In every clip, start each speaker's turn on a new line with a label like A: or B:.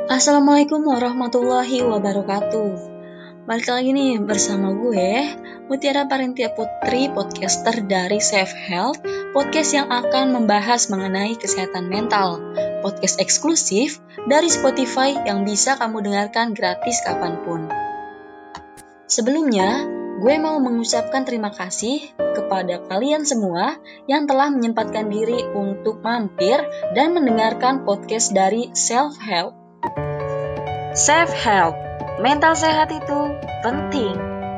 A: Assalamualaikum warahmatullahi wabarakatuh. Balik lagi nih bersama gue, Mutiara Parintia Putri, podcaster dari Safe Health, podcast yang akan membahas mengenai kesehatan mental. Podcast eksklusif dari Spotify yang bisa kamu dengarkan gratis kapanpun. Sebelumnya, gue mau mengucapkan terima kasih kepada kalian semua yang telah menyempatkan diri untuk mampir dan mendengarkan podcast dari Self Help. Self Help, mental sehat itu penting.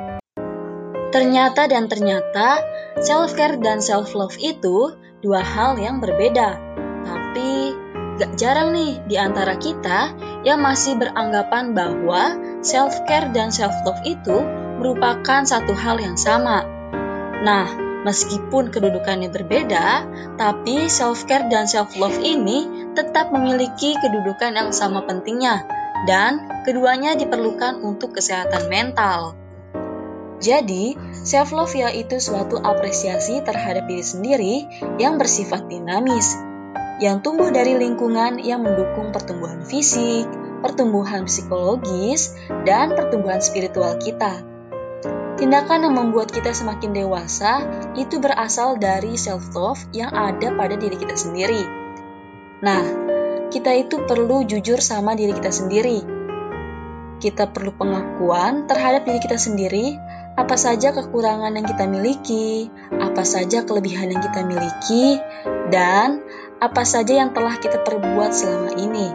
A: Ternyata self-care dan self-love itu dua hal yang berbeda. Tapi gak jarang nih di antara kita yang masih beranggapan bahwa self-care dan self-love itu merupakan satu hal yang sama. Nah, meskipun kedudukannya berbeda, tapi self-care dan self-love ini tetap memiliki kedudukan yang sama pentingnya, dan keduanya diperlukan untuk kesehatan mental. Jadi, self-love yaitu suatu apresiasi terhadap diri sendiri yang bersifat dinamis, yang tumbuh dari lingkungan yang mendukung pertumbuhan fisik, pertumbuhan psikologis, dan pertumbuhan spiritual kita. Tindakan yang membuat kita semakin dewasa itu berasal dari self-love yang ada pada diri kita sendiri. Nah, kita itu perlu jujur sama diri kita sendiri. Kita perlu pengakuan terhadap diri kita sendiri, apa saja kekurangan yang kita miliki, apa saja kelebihan yang kita miliki, dan apa saja yang telah kita perbuat selama ini.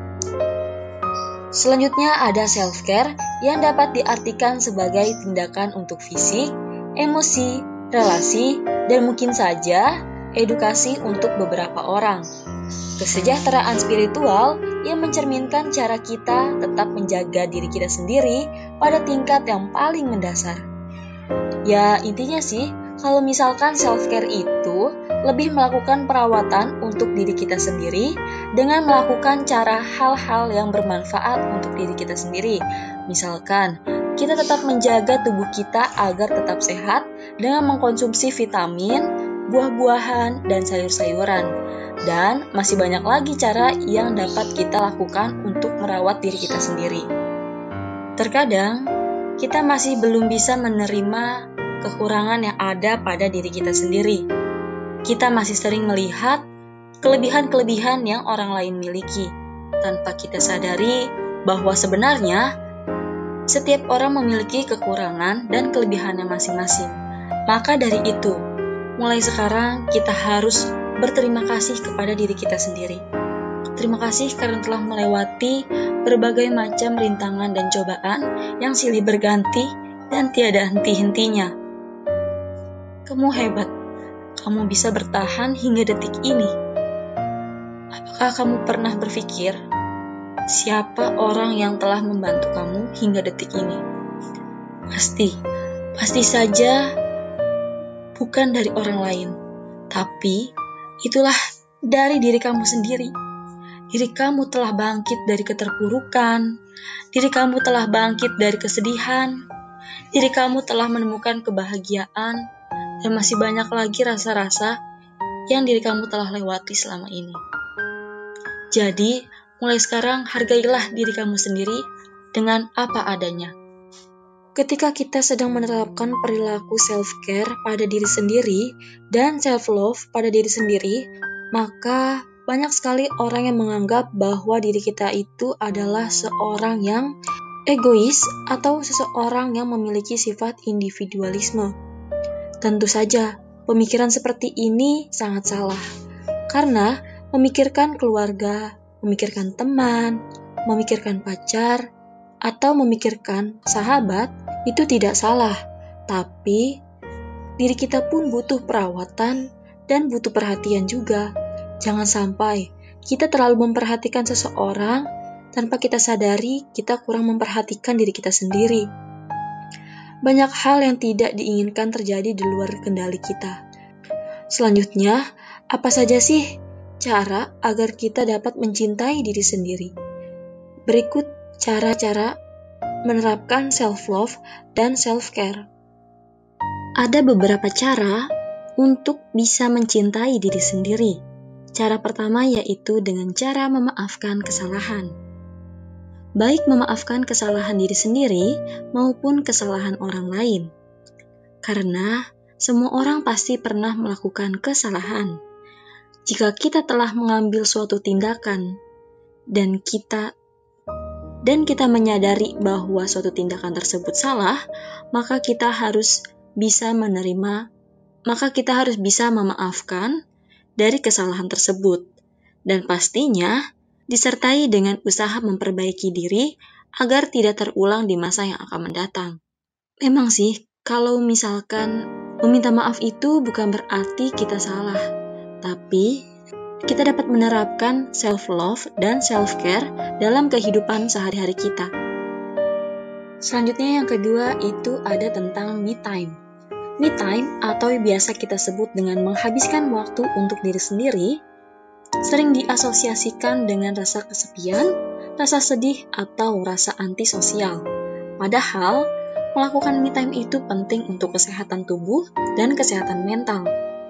A: Selanjutnya ada self-care yang dapat diartikan sebagai tindakan untuk fisik, emosi, relasi, dan mungkin saja edukasi untuk beberapa orang. Kesejahteraan spiritual yang mencerminkan cara kita tetap menjaga diri kita sendiri pada tingkat yang paling mendasar. Ya, intinya sih, kalau misalkan self-care itu lebih melakukan perawatan untuk diri kita sendiri dengan melakukan cara hal-hal yang bermanfaat untuk diri kita sendiri. Misalkan, kita tetap menjaga tubuh kita agar tetap sehat dengan mengkonsumsi vitamin, buah-buahan, dan sayur-sayuran. Dan masih banyak lagi cara yang dapat kita lakukan untuk merawat diri kita sendiri. Terkadang, kita masih belum bisa menerima kekurangan yang ada pada diri kita sendiri. Kita masih sering melihat kelebihan-kelebihan yang orang lain miliki, tanpa kita sadari bahwa sebenarnya setiap orang memiliki kekurangan dan kelebihannya masing-masing. Maka dari itu, mulai sekarang kita harus berterima kasih kepada diri kita sendiri. Terima kasih karena telah melewati berbagai macam rintangan dan cobaan yang silih berganti dan tiada henti-hentinya. Kamu hebat. Kamu bisa bertahan hingga detik ini. Apakah kamu pernah berpikir siapa orang yang telah membantu kamu hingga detik ini? Pasti saja bukan dari orang lain, tapi itulah dari diri kamu sendiri. Diri kamu telah bangkit dari keterpurukan, diri kamu telah bangkit dari kesedihan, diri kamu telah menemukan kebahagiaan, dan masih banyak lagi rasa-rasa yang diri kamu telah lewati selama ini. Jadi, mulai sekarang hargailah diri kamu sendiri dengan apa adanya. Ketika kita sedang menerapkan perilaku self-care pada diri sendiri dan self-love pada diri sendiri, maka banyak sekali orang yang menganggap bahwa diri kita itu adalah seorang yang egois atau seseorang yang memiliki sifat individualisme. Tentu saja, pemikiran seperti ini sangat salah, karena memikirkan keluarga, memikirkan teman, memikirkan pacar, atau memikirkan sahabat itu tidak salah, tapi diri kita pun butuh perawatan dan butuh perhatian juga. Jangan sampai kita terlalu memperhatikan seseorang tanpa kita sadari kita kurang memperhatikan diri kita sendiri. Banyak hal yang tidak diinginkan terjadi di luar kendali kita. Selanjutnya, apa saja sih cara agar kita dapat mencintai diri sendiri? Berikut cara-cara menerapkan self-love dan self-care. Ada beberapa cara untuk bisa mencintai diri sendiri. Cara pertama yaitu dengan cara memaafkan kesalahan. baik memaafkan kesalahan diri sendiri maupun kesalahan orang lain. Karena semua orang pasti pernah melakukan kesalahan. Jika kita telah mengambil suatu tindakan dan kita menyadari bahwa suatu tindakan tersebut salah, maka kita harus bisa memaafkan dari kesalahan tersebut. Dan pastinya disertai dengan usaha memperbaiki diri agar tidak terulang di masa yang akan mendatang. Memang sih, kalau misalkan meminta maaf itu bukan berarti kita salah, tapi kita dapat menerapkan self-love dan self-care dalam kehidupan sehari-hari kita. Selanjutnya yang kedua itu ada tentang me time. Me time atau biasa kita sebut dengan menghabiskan waktu untuk diri sendiri sering diasosiasikan dengan rasa kesepian, rasa sedih, atau rasa antisosial. Padahal, melakukan me time itu penting untuk kesehatan tubuh dan kesehatan mental.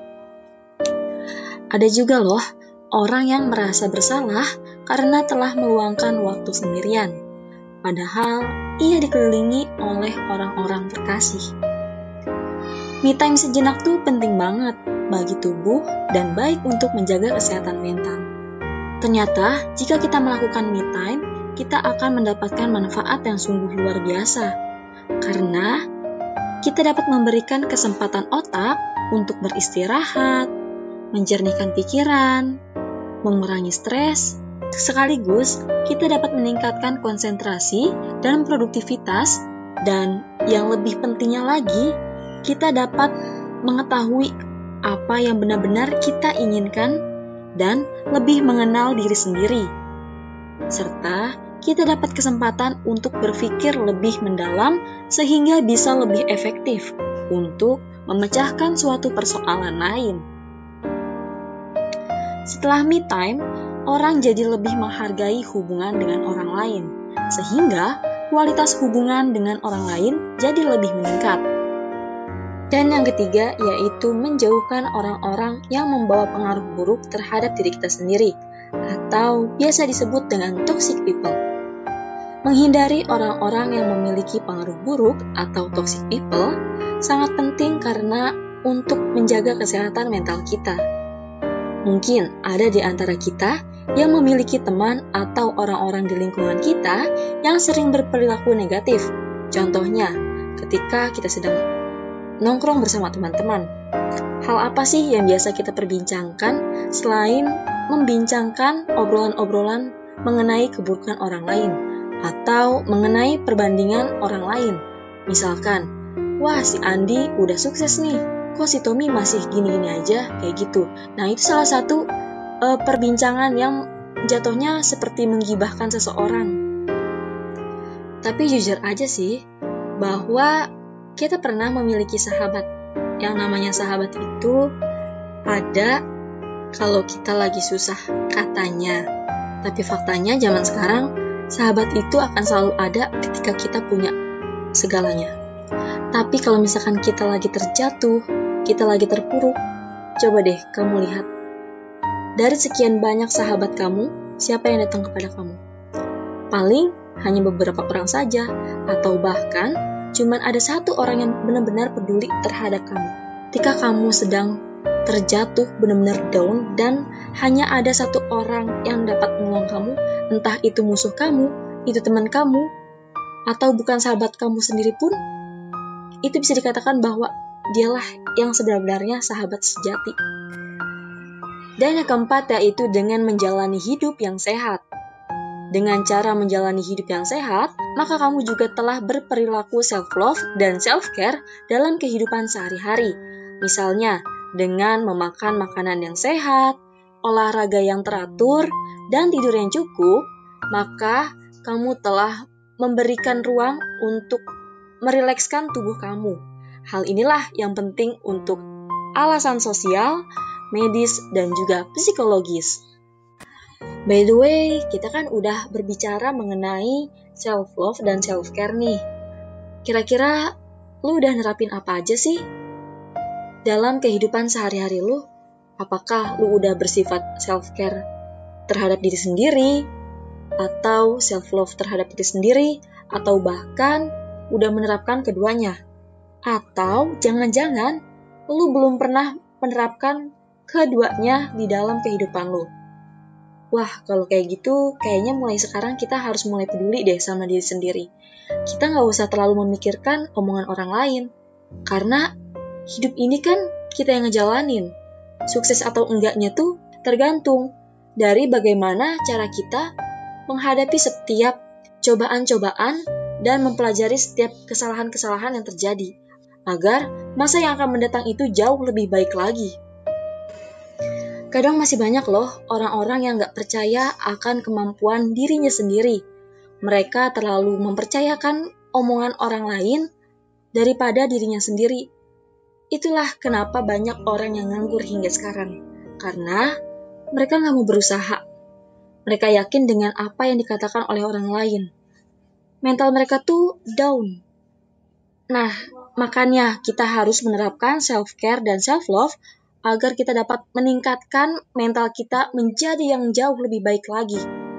A: Ada juga loh orang yang merasa bersalah karena telah meluangkan waktu sendirian, padahal ia dikelilingi oleh orang-orang terkasih. Me time sejenak tuh penting banget bagi tubuh dan baik untuk menjaga kesehatan mental. Ternyata, jika kita melakukan me time, kita akan mendapatkan manfaat yang sungguh luar biasa. Karena kita dapat memberikan kesempatan otak untuk beristirahat, menjernihkan pikiran, mengurangi stres, sekaligus kita dapat meningkatkan konsentrasi dan produktivitas, dan yang lebih pentingnya lagi, kita dapat mengetahui apa yang benar-benar kita inginkan dan lebih mengenal diri sendiri. Serta kita dapat kesempatan untuk berpikir lebih mendalam sehingga bisa lebih efektif untuk memecahkan suatu persoalan lain. Setelah me time, orang jadi lebih menghargai hubungan dengan orang lain, sehingga kualitas hubungan dengan orang lain jadi lebih meningkat. Dan yang ketiga yaitu menjauhkan orang-orang yang membawa pengaruh buruk terhadap diri kita sendiri, atau biasa disebut dengan toxic people. Menghindari orang-orang yang memiliki pengaruh buruk atau toxic people sangat penting karena untuk menjaga kesehatan mental kita. Mungkin ada di antara kita yang memiliki teman atau orang-orang di lingkungan kita yang sering berperilaku negatif. Contohnya, ketika kita sedang nongkrong bersama teman-teman. Hal apa sih yang biasa kita perbincangkan selain membincangkan obrolan-obrolan mengenai keburukan orang lain atau mengenai perbandingan orang lain? Misalkan, wah si Andi udah sukses nih, kok si Tommy masih gini-gini aja, kayak gitu. Nah itu salah satu perbincangan yang jatuhnya seperti menggibahkan seseorang. Tapi jujur aja sih, bahwa kita pernah memiliki sahabat. Yang namanya sahabat itu ada kalau kita lagi susah katanya. Tapi faktanya zaman sekarang sahabat itu akan selalu ada ketika kita punya segalanya. Tapi kalau misalkan kita lagi terjatuh, kita lagi terpuruk, coba deh kamu lihat. Dari sekian banyak sahabat kamu, siapa yang datang kepada kamu? Paling hanya beberapa orang saja, atau bahkan cuman ada satu orang yang benar-benar peduli terhadap kamu. Ketika kamu sedang terjatuh benar-benar down dan hanya ada satu orang yang dapat menolong kamu, entah itu musuh kamu, itu teman kamu, atau bukan sahabat kamu sendiri pun, itu bisa dikatakan bahwa dialah yang sebenarnya sahabat sejati. Dan yang keempat yaitu dengan menjalani hidup yang sehat. Dengan cara menjalani hidup yang sehat, maka kamu juga telah berperilaku self-love dan self-care dalam kehidupan sehari-hari. Misalnya, dengan memakan makanan yang sehat, olahraga yang teratur, dan tidur yang cukup, maka kamu telah memberikan ruang untuk merilekskan tubuh kamu. Hal inilah yang penting untuk alasan sosial, medis, dan juga psikologis. By the way, kita kan udah berbicara mengenai self-love dan self-care nih. Kira-kira lu udah nerapin apa aja sih dalam kehidupan sehari-hari lu? Apakah lu udah bersifat self-care terhadap diri sendiri? atau self-love terhadap diri sendiri, atau bahkan udah menerapkan keduanya. Atau jangan-jangan lu belum pernah menerapkan keduanya di dalam kehidupan lu. Wah, kalau kayak gitu, kayaknya mulai sekarang kita harus mulai peduli deh sama diri sendiri. Kita nggak usah terlalu memikirkan omongan orang lain. Karena hidup ini kan kita yang ngejalanin. Sukses atau enggaknya tuh tergantung dari bagaimana cara kita menghadapi setiap cobaan-cobaan dan mempelajari setiap kesalahan-kesalahan yang terjadi. Agar masa yang akan mendatang itu jauh lebih baik lagi. Kadang masih banyak loh orang-orang yang gak percaya akan kemampuan dirinya sendiri. Mereka terlalu mempercayakan omongan orang lain daripada dirinya sendiri. Itulah kenapa banyak orang yang nganggur hingga sekarang. Karena mereka gak mau berusaha. Mereka yakin dengan apa yang dikatakan oleh orang lain. Mental mereka tuh down. Nah, makanya kita harus menerapkan self-care dan self-love agar kita dapat meningkatkan mental kita menjadi yang jauh lebih baik lagi.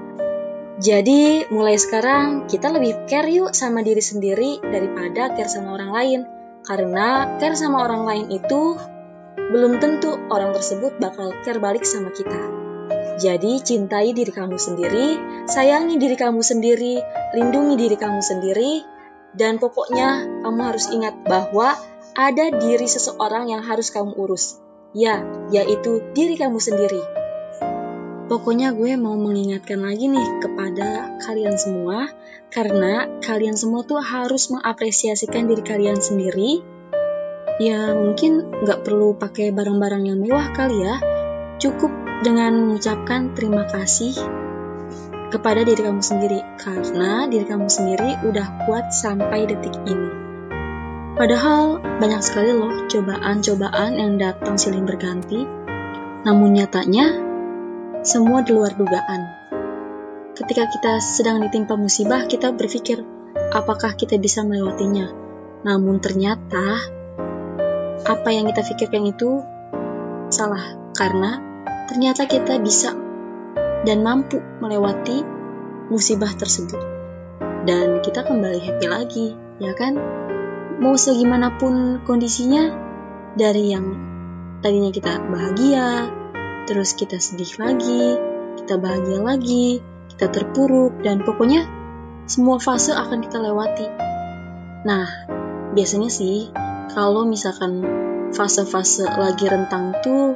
A: Jadi, mulai sekarang kita lebih care yuk sama diri sendiri daripada care sama orang lain. Karena care sama orang lain itu belum tentu orang tersebut bakal care balik sama kita. Jadi, cintai diri kamu sendiri, sayangi diri kamu sendiri, lindungi diri kamu sendiri, dan pokoknya kamu harus ingat bahwa ada diri seseorang yang harus kamu urus. Ya, yaitu diri kamu sendiri. Pokoknya gue mau mengingatkan lagi nih kepada kalian semua, karena kalian semua tuh harus mengapresiasikan diri kalian sendiri. Ya mungkin gak perlu pakai barang-barang yang mewah kali ya, cukup dengan mengucapkan terima kasih kepada diri kamu sendiri, karena diri kamu sendiri udah kuat sampai detik ini. Padahal banyak sekali loh cobaan-cobaan yang datang silih berganti, namun nyatanya semua di luar dugaan. Ketika kita sedang ditimpa musibah, kita berpikir apakah kita bisa melewatinya. Namun ternyata apa yang kita pikirkan itu salah, karena ternyata kita bisa dan mampu melewati musibah tersebut. Dan kita kembali happy lagi, ya kan? Mau segimanapun kondisinya, dari yang tadinya kita bahagia, terus kita sedih lagi, kita bahagia lagi, kita terpuruk, dan pokoknya semua fase akan kita lewati. Nah, biasanya sih, kalau misalkan fase-fase lagi rentang tuh,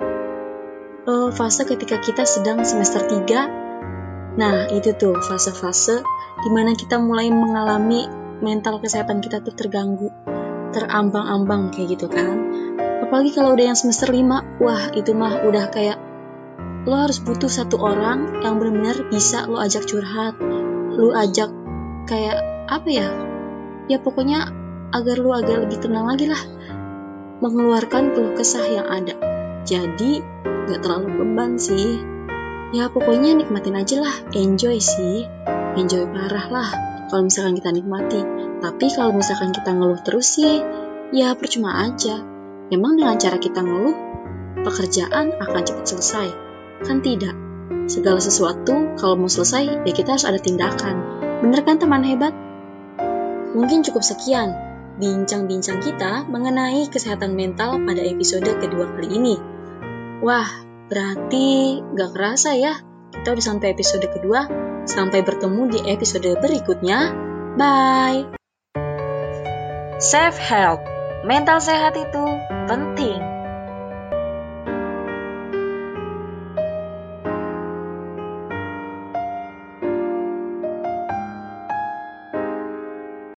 A: fase ketika kita sedang semester 3, nah itu tuh fase-fase dimana kita mulai mengalami mental kesehatan kita tuh terganggu, terambang-ambang kayak gitu kan. Apalagi kalau udah yang semester 5, wah itu mah udah kayak lo harus butuh satu orang yang benar-benar bisa lo ajak curhat, lo ajak kayak apa ya, ya pokoknya agar lo agak lebih tenang lagi lah, mengeluarkan keluh kesah yang ada. Jadi gak terlalu beban sih, ya pokoknya nikmatin aja lah, enjoy sih, enjoy parah lah kalau misalkan kita nikmati. Tapi kalau misalkan kita ngeluh terus sih, ya percuma aja. Memang dengan cara kita ngeluh, pekerjaan akan cepat selesai. Kan tidak. Segala sesuatu kalau mau selesai, ya kita harus ada tindakan. Bener kan teman hebat? Mungkin cukup sekian bincang-bincang kita mengenai kesehatan mental pada episode kedua kali ini. Wah, berarti gak kerasa ya, kita udah sampai episode kedua. Sampai bertemu di episode berikutnya. Bye! Self-help, mental sehat itu penting.